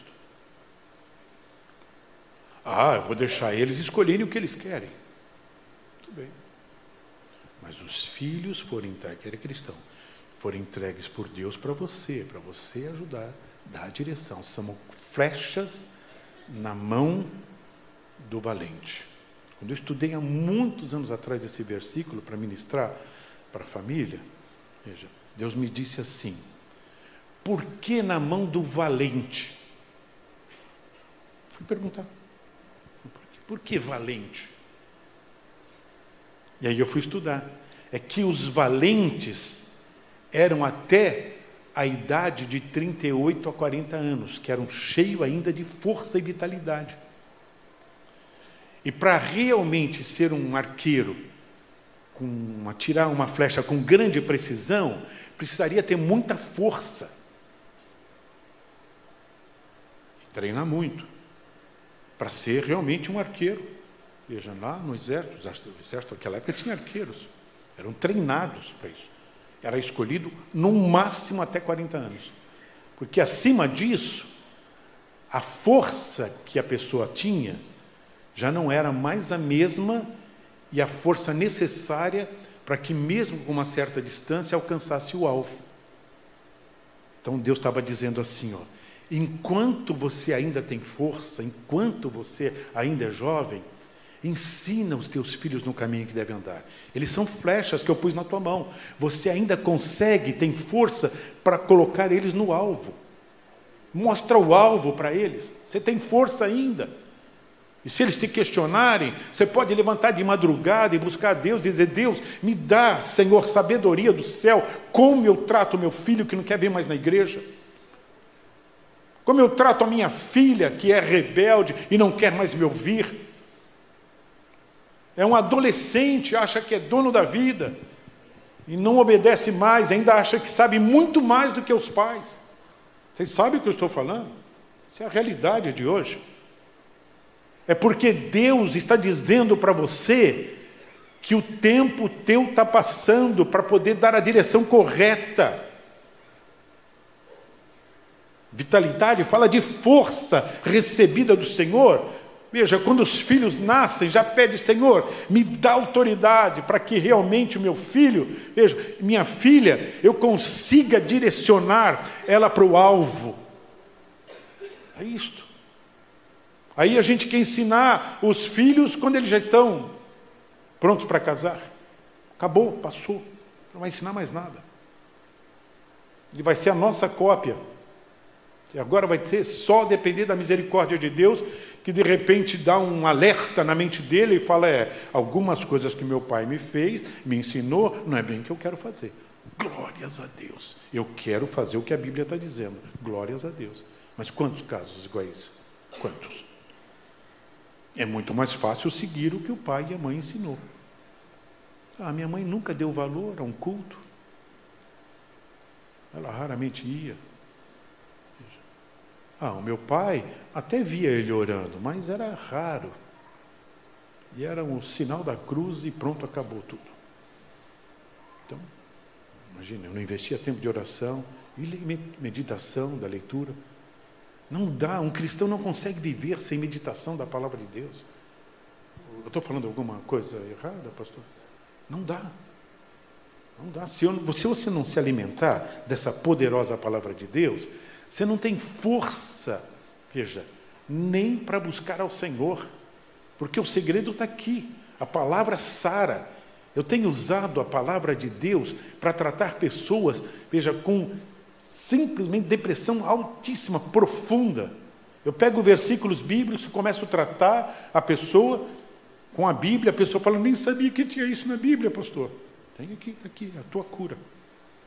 Eu vou deixar eles escolherem o que eles querem. Tudo bem. Mas os filhos foram entregues, ele é cristão, foram entregues por Deus para você ajudar, dar a direção. São flechas na mão do valente. Quando eu estudei há muitos anos atrás esse versículo para ministrar para a família, veja, Deus me disse assim: por que na mão do valente? Fui perguntar, por que valente? E aí eu fui estudar. É que os valentes eram até a idade de 38 a 40 anos, que eram cheios ainda de força e vitalidade. E para realmente ser um arqueiro, atirar uma flecha com grande precisão, precisaria ter muita força. E treinar muito, para ser realmente um arqueiro. Veja, lá no exército, o exército naquela época tinha arqueiros, eram treinados para isso. Era escolhido no máximo até 40 anos. Porque acima disso, a força que a pessoa tinha já não era mais a mesma e a força necessária para que mesmo com uma certa distância alcançasse o alvo. Então Deus estava dizendo assim, enquanto você ainda tem força, enquanto você ainda é jovem, ensina os teus filhos no caminho que devem andar. Eles são flechas que eu pus na tua mão. Você ainda consegue, tem força para colocar eles no alvo. Mostra o alvo para eles. Você tem força ainda. E se eles te questionarem, você pode levantar de madrugada e buscar a Deus, dizer: Deus, me dá, Senhor, sabedoria do céu, como eu trato meu filho que não quer vir mais na igreja. Como eu trato a minha filha que é rebelde e não quer mais me ouvir. É um adolescente, acha que é dono da vida e não obedece mais, ainda acha que sabe muito mais do que os pais. Vocês sabem o que eu estou falando? Isso é a realidade de hoje. É porque Deus está dizendo para você que o tempo teu está passando para poder dar a direção correta. Vitalidade fala de força recebida do Senhor. Veja, quando os filhos nascem, já pede: Senhor, me dá autoridade para que realmente o meu filho, veja, minha filha, eu consiga direcionar ela para o alvo. É isto. Aí a gente quer ensinar os filhos quando eles já estão prontos para casar. Acabou, passou. Não vai ensinar mais nada. Ele vai ser a nossa cópia. E agora vai ter só depender da misericórdia de Deus, que de repente dá um alerta na mente dele e fala: algumas coisas que meu pai me fez, me ensinou, não é bem o que eu quero fazer. Glórias a Deus. Eu quero fazer o que a Bíblia está dizendo. Glórias a Deus. Mas quantos casos iguais? Quantos? É muito mais fácil seguir o que o pai e a mãe ensinou. Minha mãe nunca deu valor a um culto. Ela raramente ia. O meu pai, até via ele orando, mas era raro. E era um sinal da cruz e pronto, acabou tudo. Então, imagina, eu não investia tempo de oração e meditação, da leitura. Não dá, um cristão não consegue viver sem meditação da palavra de Deus. Eu estou falando alguma coisa errada, pastor? Não dá. Não dá. Se você não se alimentar dessa poderosa palavra de Deus, você não tem força, veja, nem para buscar ao Senhor, porque o segredo está aqui. A palavra sara. Eu tenho usado a palavra de Deus para tratar pessoas, veja, com simplesmente depressão altíssima, profunda. Eu pego versículos bíblicos e começo a tratar a pessoa com a Bíblia, a pessoa fala: nem sabia que tinha isso na Bíblia, pastor. Tem aqui, está aqui, a tua cura.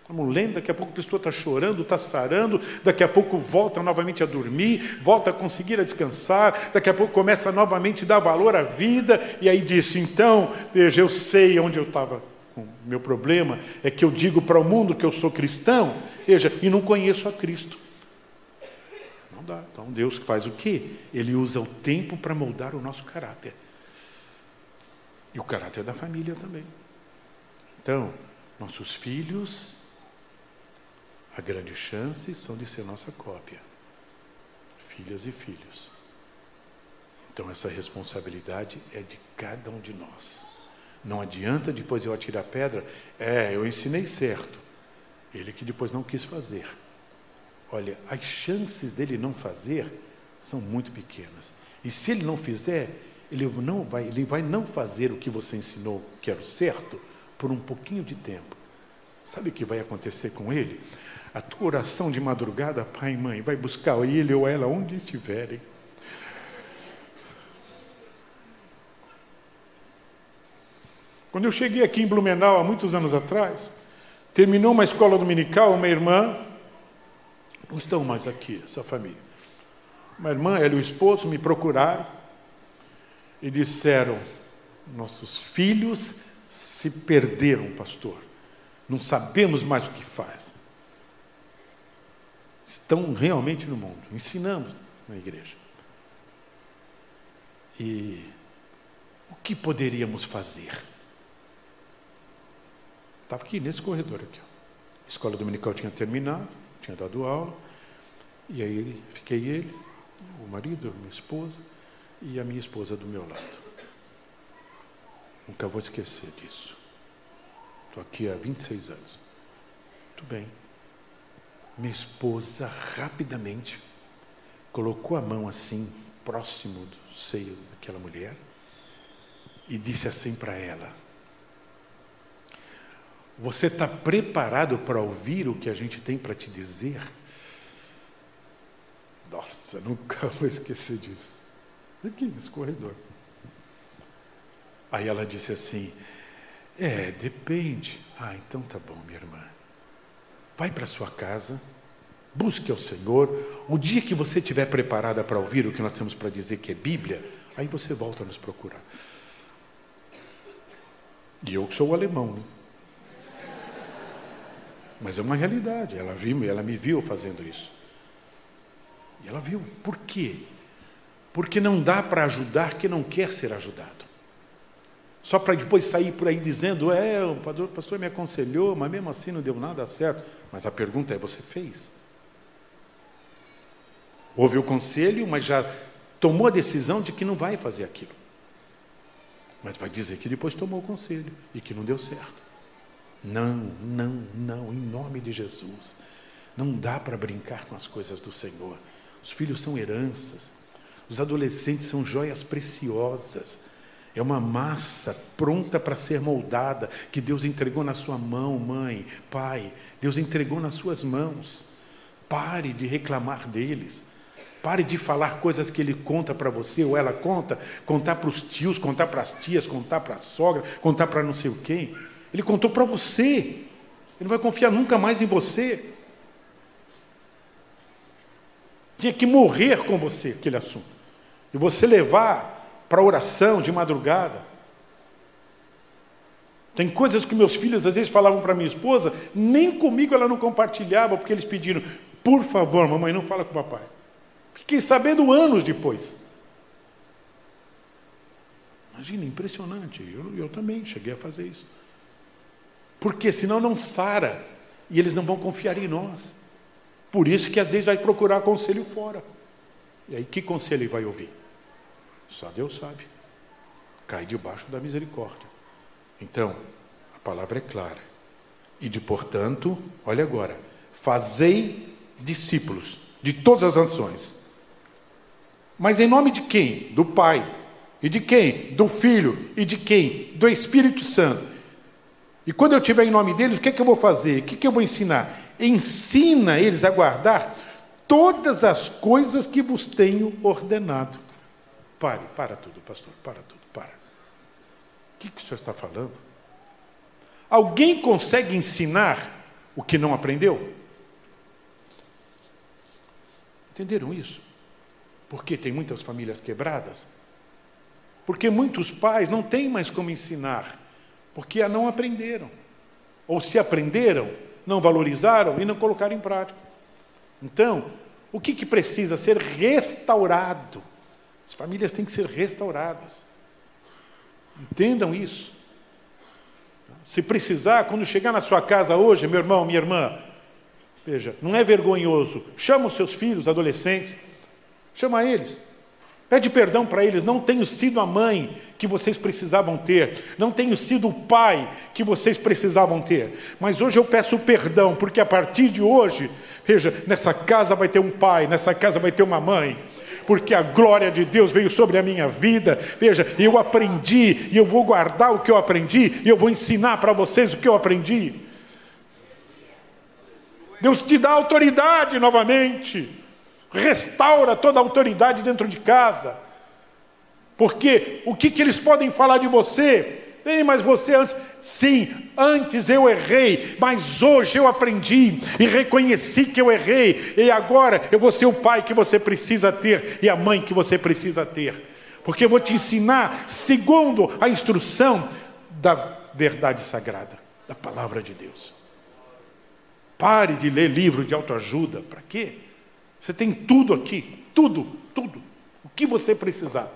Vamos lendo, daqui a pouco a pessoa está chorando, está sarando, daqui a pouco volta novamente a dormir, volta a conseguir a descansar, daqui a pouco começa novamente a dar valor à vida, e aí disse, então, veja, eu sei onde eu estava com o meu problema, é que eu digo para o mundo que eu sou cristão, veja, e não conheço a Cristo. Não dá. Então Deus faz o quê? Ele usa o tempo para moldar o nosso caráter. E o caráter da família também. Então, nossos filhos, a grande chance são de ser nossa cópia. Filhas e filhos. Então essa responsabilidade é de cada um de nós. Não adianta depois eu atirar pedra. Eu ensinei certo. Ele que depois não quis fazer. Olha, as chances dele não fazer são muito pequenas. E se ele não fizer, ele vai não fazer o que você ensinou que era o certo por um pouquinho de tempo. Sabe o que vai acontecer com ele? A tua oração de madrugada, pai e mãe, vai buscar ele ou ela onde estiverem. Quando eu cheguei aqui em Blumenau, há muitos anos atrás, terminou uma escola dominical, uma irmã, não estão mais aqui, essa família. Uma irmã, ela e o esposo me procuraram e disseram, nossos filhos se perderam, pastor. Não sabemos mais o que faz. Estão realmente no mundo. Ensinamos na igreja. E o que poderíamos fazer? Estava aqui, nesse corredor aqui. A escola dominical tinha terminado, tinha dado aula, e aí fiquei ele, o marido, a minha esposa, e a minha esposa do meu lado. Nunca vou esquecer disso. Estou aqui há 26 anos. Muito bem. Minha esposa, rapidamente, colocou a mão assim, próximo do seio daquela mulher, e disse assim para ela, você está preparado para ouvir o que a gente tem para te dizer? Nossa, nunca vou esquecer disso. Aqui, nesse corredor. Aí ela disse assim, depende. Então tá bom, minha irmã. Vai para sua casa, busque ao Senhor. O dia que você estiver preparada para ouvir o que nós temos para dizer que é Bíblia, aí você volta a nos procurar. E eu que sou o alemão, né? Mas é uma realidade. Ela me viu fazendo isso. E ela viu. Por quê? Porque não dá para ajudar quem não quer ser ajudado. Só para depois sair por aí dizendo, o pastor me aconselhou, mas mesmo assim não deu nada certo. Mas a pergunta é, você fez? Houve o conselho, mas já tomou a decisão de que não vai fazer aquilo. Mas vai dizer que depois tomou o conselho e que não deu certo. Não, em nome de Jesus. Não dá para brincar com as coisas do Senhor. Os filhos são heranças. Os adolescentes são joias preciosas. É uma massa pronta para ser moldada, que Deus entregou na sua mão, mãe, pai. Deus entregou nas suas mãos. Pare de reclamar deles. Pare de falar coisas que ele conta para você, ou ela contar para os tios, contar para as tias, contar para a sogra, contar para não sei o quem. Ele contou para você. Ele não vai confiar nunca mais em você. Tinha que morrer com você, aquele assunto. E você levar para a oração de madrugada. Tem coisas que meus filhos às vezes falavam para minha esposa, nem comigo ela não compartilhava, porque eles pediram, por favor, mamãe, não fala com o papai. Fiquei sabendo anos depois. Imagina, impressionante. Eu também cheguei a fazer isso. Porque senão não sara. E eles não vão confiar em nós. Por isso que às vezes vai procurar conselho fora. E aí que conselho ele vai ouvir? Só Deus sabe. Cai debaixo da misericórdia. Então, a palavra é clara. E portanto, olha agora, fazei discípulos de todas as nações. Mas em nome de quem? Do Pai. E de quem? Do Filho. E de quem? Do Espírito Santo. E quando eu estiver em nome deles, o que é que eu vou fazer? O que é que eu vou ensinar? Ensina eles a guardar todas as coisas que vos tenho ordenado. Para tudo, pastor, para tudo, para. O que o senhor está falando? Alguém consegue ensinar o que não aprendeu. Entenderam isso? Porque tem muitas famílias quebradas. Porque muitos pais não têm mais como ensinar, porque não aprenderam. Ou se aprenderam, não valorizaram e não colocaram em prática. Então, o que precisa ser restaurado? As famílias têm que ser restauradas. Entendam isso. Se precisar, quando chegar na sua casa hoje, meu irmão, minha irmã, veja, não é vergonhoso. Chama os seus filhos, adolescentes, chama eles. Pede perdão para eles. Não tenho sido a mãe que vocês precisavam ter. Não tenho sido o pai que vocês precisavam ter. Mas hoje eu peço perdão, porque a partir de hoje, veja, nessa casa vai ter um pai, nessa casa vai ter uma mãe. Porque a glória de Deus veio sobre a minha vida. Veja, eu aprendi e eu vou guardar o que eu aprendi e eu vou ensinar para vocês o que eu aprendi. Deus te dá autoridade novamente. Restaura toda a autoridade dentro de casa. Porque o que eles podem falar de você? Ei, mas você antes... Sim, antes eu errei, mas hoje eu aprendi e reconheci que eu errei. E agora eu vou ser o pai que você precisa ter e a mãe que você precisa ter. Porque eu vou te ensinar segundo a instrução da verdade sagrada, da palavra de Deus. Pare de ler livro de autoajuda. Para quê? Você tem tudo aqui, tudo. O que você precisar.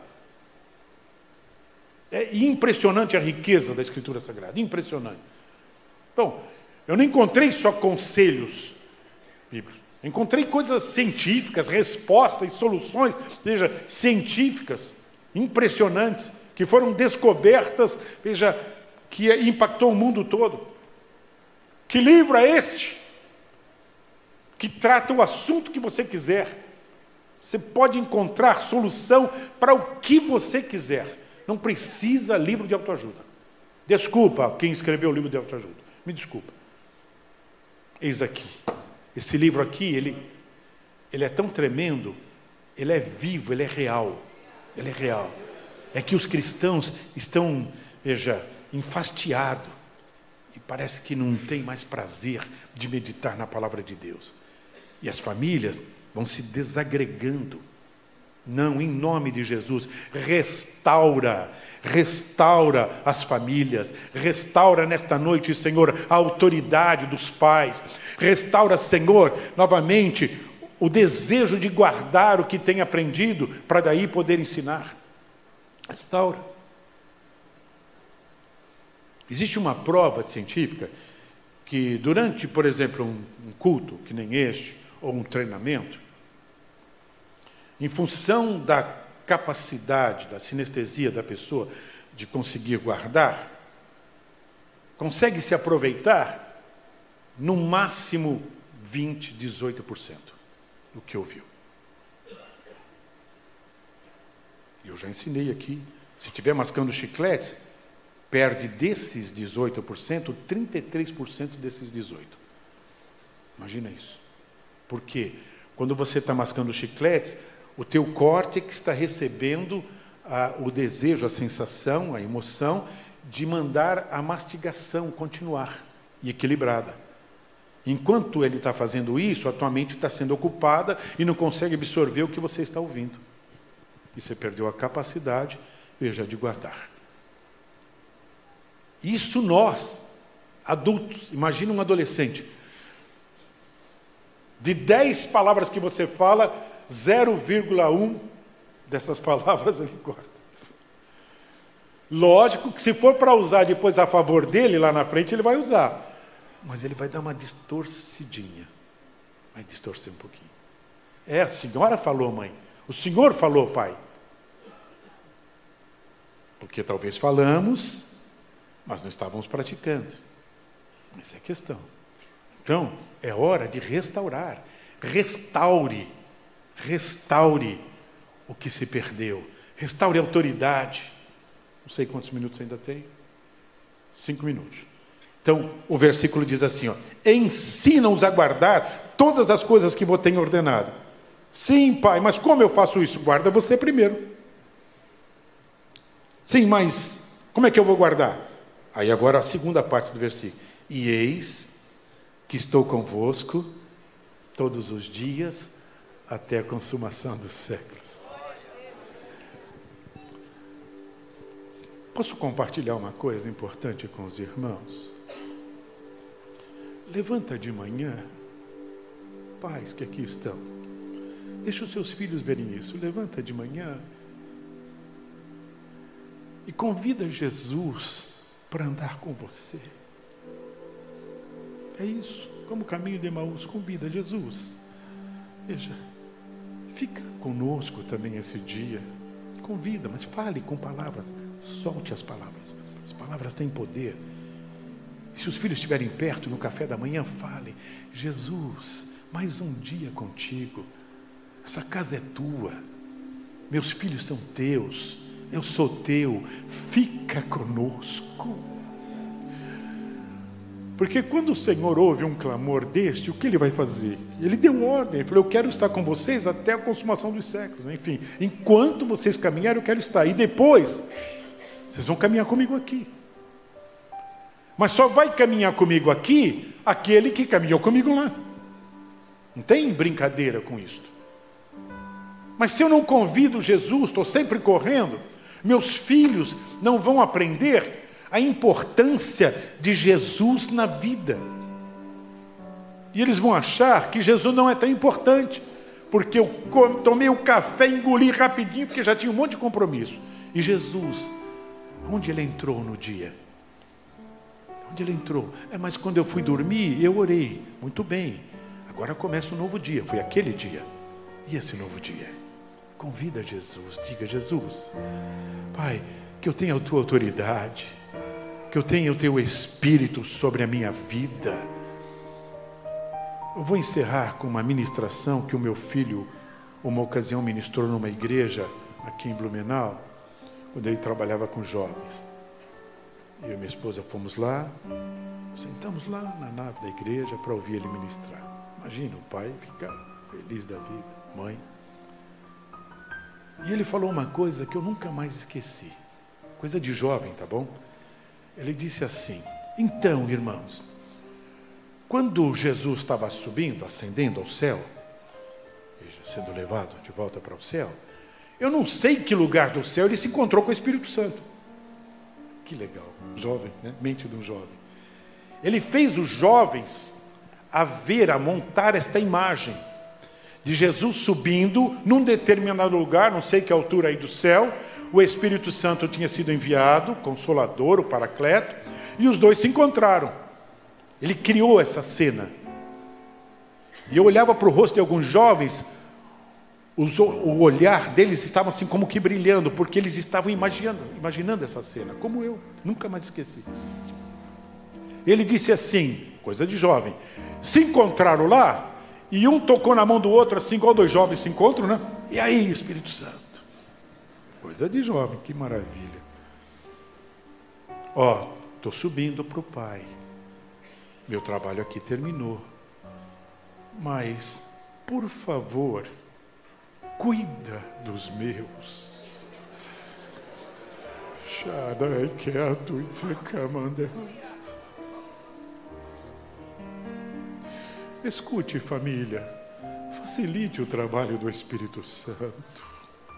É impressionante a riqueza da Escritura Sagrada, impressionante. Então, eu não encontrei só conselhos bíblicos, encontrei coisas científicas, respostas e soluções, veja, científicas, impressionantes, que foram descobertas, veja, que impactou o mundo todo. Que livro é este? Que trata o assunto que você quiser. Você pode encontrar solução para o que você quiser. Não precisa livro de autoajuda. Desculpa quem escreveu o livro de autoajuda. Me desculpa. Eis aqui. Esse livro aqui, ele é tão tremendo, ele é vivo, ele é real. Ele é real. É que os cristãos estão, veja, enfastiados. E parece que não tem mais prazer de meditar na palavra de Deus. E as famílias vão se desagregando. Não, em nome de Jesus, restaura as famílias, restaura nesta noite, Senhor, a autoridade dos pais, restaura, Senhor, novamente, o desejo de guardar o que tem aprendido, para daí poder ensinar. Restaura. Existe uma prova científica que durante, por exemplo, um culto, que nem este, ou um treinamento, em função da capacidade, da sinestesia da pessoa de conseguir guardar, consegue se aproveitar no máximo 20%, 18% do que ouviu. Eu já ensinei aqui, se estiver mascando chicletes, perde desses 18%, 33% desses 18%. Imagina isso. Por quê? Quando você está mascando chicletes, o teu córtex está recebendo o desejo, a sensação, a emoção de mandar a mastigação continuar e equilibrada. Enquanto ele está fazendo isso, a tua mente está sendo ocupada e não consegue absorver o que você está ouvindo. E você perdeu a capacidade, veja, de guardar. Isso nós, adultos, imagina um adolescente. De 10 palavras que você fala, 0,1 dessas palavras ele guarda. Lógico que se for para usar depois a favor dele, lá na frente ele vai usar. Mas ele vai dar uma distorcidinha. Vai distorcer um pouquinho. A senhora falou, mãe. O senhor falou, pai. Porque talvez falamos, mas não estávamos praticando. Essa é a questão. Então, é hora de restaurar. Restaure o que se perdeu. Restaure a autoridade. Não sei quantos minutos ainda tem. 5 minutos. Então, o versículo diz assim, ensina-os a guardar todas as coisas que vos tenho ordenado. Sim, pai, mas como eu faço isso? Guarda você primeiro. Sim, mas como é que eu vou guardar? Aí agora a segunda parte do versículo. E eis que estou convosco todos os dias até a consumação dos séculos. Posso compartilhar uma coisa importante com os irmãos? Levanta de manhã, pais que aqui estão, deixa os seus filhos verem isso. Levanta de manhã e convida Jesus para andar com você. É isso, como o caminho de Emaús, convida Jesus. Veja, fica conosco também esse dia. Convida, mas fale com palavras. Solte as palavras. As palavras têm poder. E se os filhos estiverem perto no café da manhã, fale: Jesus, mais um dia contigo. Essa casa é tua. Meus filhos são teus. Eu sou teu. Fica conosco. Porque quando o Senhor ouve um clamor deste, o que Ele vai fazer? Ele deu ordem, Ele falou: eu quero estar com vocês até a consumação dos séculos. Enfim, enquanto vocês caminharem, eu quero estar. E depois, vocês vão caminhar comigo aqui. Mas só vai caminhar comigo aqui aquele que caminhou comigo lá. Não tem brincadeira com isto. Mas se eu não convido Jesus, estou sempre correndo, meus filhos não vão aprender a importância de Jesus na vida. E eles vão achar que Jesus não é tão importante, porque eu tomei o café e engoli rapidinho, porque já tinha um monte de compromisso. E Jesus, onde Ele entrou no dia? Onde Ele entrou? Mas quando eu fui dormir, eu orei. Muito bem, agora começa um novo dia. Foi aquele dia. E esse novo dia? Convida Jesus, diga: Jesus, Pai, que eu tenha a Tua autoridade, que eu tenha o Teu Espírito sobre a minha vida. Eu vou encerrar com uma ministração que o meu filho, uma ocasião, ministrou numa igreja aqui em Blumenau, quando ele trabalhava com jovens. Eu e minha esposa fomos lá, sentamos lá na nave da igreja para ouvir ele ministrar. Imagina, o pai fica feliz da vida, mãe. E ele falou uma coisa que eu nunca mais esqueci, coisa de jovem, tá bom? Ele disse assim: então, irmãos, quando Jesus estava subindo, ascendendo ao céu, veja, sendo levado de volta para o céu, eu não sei em que lugar do céu ele se encontrou com o Espírito Santo. Que legal, jovem, né? Mente de um jovem. Ele fez os jovens a montar esta imagem de Jesus subindo num determinado lugar, não sei que altura aí do céu. O Espírito Santo tinha sido enviado, o Consolador, o Paracleto, e os dois se encontraram. Ele criou essa cena. E eu olhava para o rosto de alguns jovens, o olhar deles estava assim como que brilhando, porque eles estavam imaginando essa cena, como eu, nunca mais esqueci. Ele disse assim, coisa de jovem: se encontraram lá, e um tocou na mão do outro, assim, igual dois jovens se encontram, né? E aí, Espírito Santo? Coisa de jovem, que maravilha. Estou subindo para o Pai. Meu trabalho aqui terminou. Mas, por favor, cuida dos meus. Shaddai quieto e te camandeus. Escute, família, facilite o trabalho do Espírito Santo.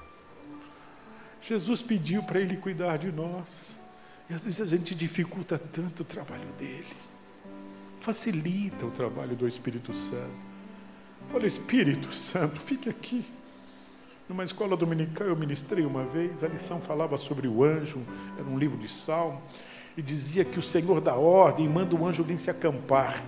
Jesus pediu para Ele cuidar de nós, e às vezes a gente dificulta tanto o trabalho dele. Facilita o trabalho do Espírito Santo. Fala: Espírito Santo, fique aqui. Numa escola dominical eu ministrei uma vez, a lição falava sobre o anjo, era um livro de Salmo, e dizia que o Senhor dá ordem e manda o anjo vir se acampar.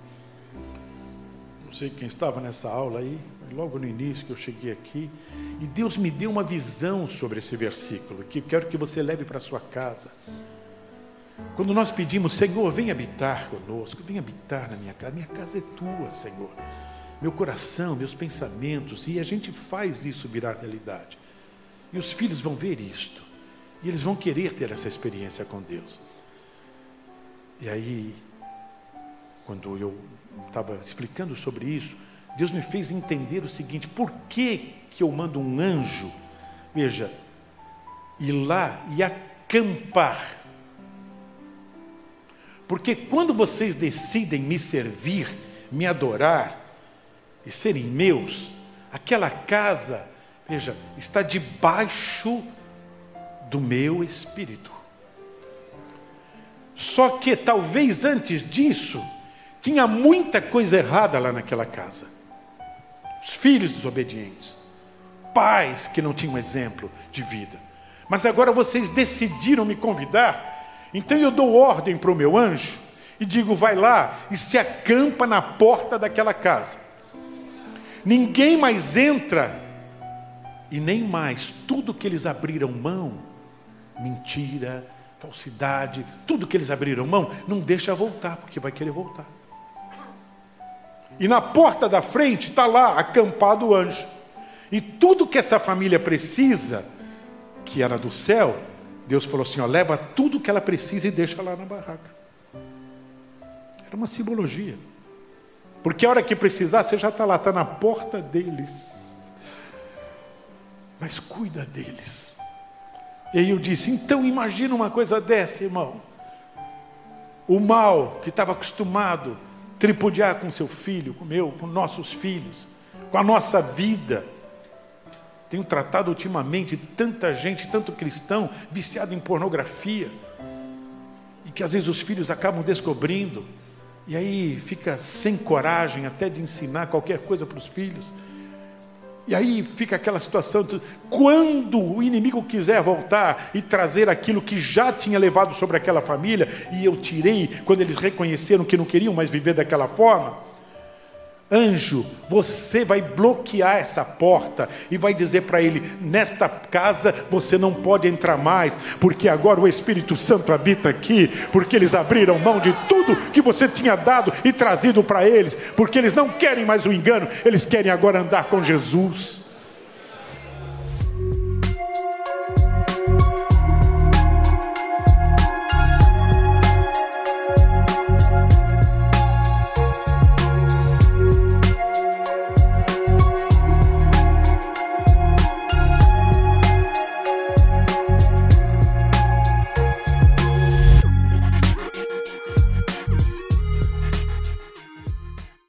Não sei quem estava nessa aula aí, logo no início que eu cheguei aqui, e Deus me deu uma visão sobre esse versículo, que quero que você leve para a sua casa. Quando nós pedimos: Senhor, vem habitar conosco, vem habitar na minha casa é tua, Senhor. Meu coração, meus pensamentos, e a gente faz isso virar realidade. E os filhos vão ver isto, e eles vão querer ter essa experiência com Deus. E aí, quando eu estava explicando sobre isso, Deus me fez entender o seguinte: por que eu mando um anjo, veja, ir lá e acampar? Porque quando vocês decidem me servir, me adorar e serem meus, aquela casa, veja, está debaixo do meu espírito. Só que talvez antes disso, tinha muita coisa errada lá naquela casa. Os filhos desobedientes, pais que não tinham exemplo de vida. Mas agora vocês decidiram me convidar, então eu dou ordem para o meu anjo e digo, vai lá e se acampa na porta daquela casa. Ninguém mais entra e nem mais tudo que eles abriram mão, mentira, falsidade, tudo que eles abriram mão, não deixa voltar, porque vai querer voltar. E na porta da frente está lá acampado o anjo. E tudo que essa família precisa, que era do céu, Deus falou assim, ó, leva tudo que ela precisa e deixa lá na barraca. Era uma simbologia. Porque a hora que precisar, você já está lá, está na porta deles. Mas cuida deles. E aí eu disse, então imagina uma coisa dessa, irmão. O mal que estava acostumado a tripudiar com seu filho, com o meu, com nossos filhos, com a nossa vida. Tenho tratado ultimamente tanta gente, tanto cristão, viciado em pornografia. E que às vezes os filhos acabam descobrindo. E aí fica sem coragem até de ensinar qualquer coisa para os filhos. E aí fica aquela situação, quando o inimigo quiser voltar e trazer aquilo que já tinha levado sobre aquela família, e eu tirei, quando eles reconheceram que não queriam mais viver daquela forma, anjo, você vai bloquear essa porta e vai dizer para ele, nesta casa você não pode entrar mais, porque agora o Espírito Santo habita aqui, porque eles abriram mão de tudo que você tinha dado e trazido para eles, porque eles não querem mais o engano, eles querem agora andar com Jesus.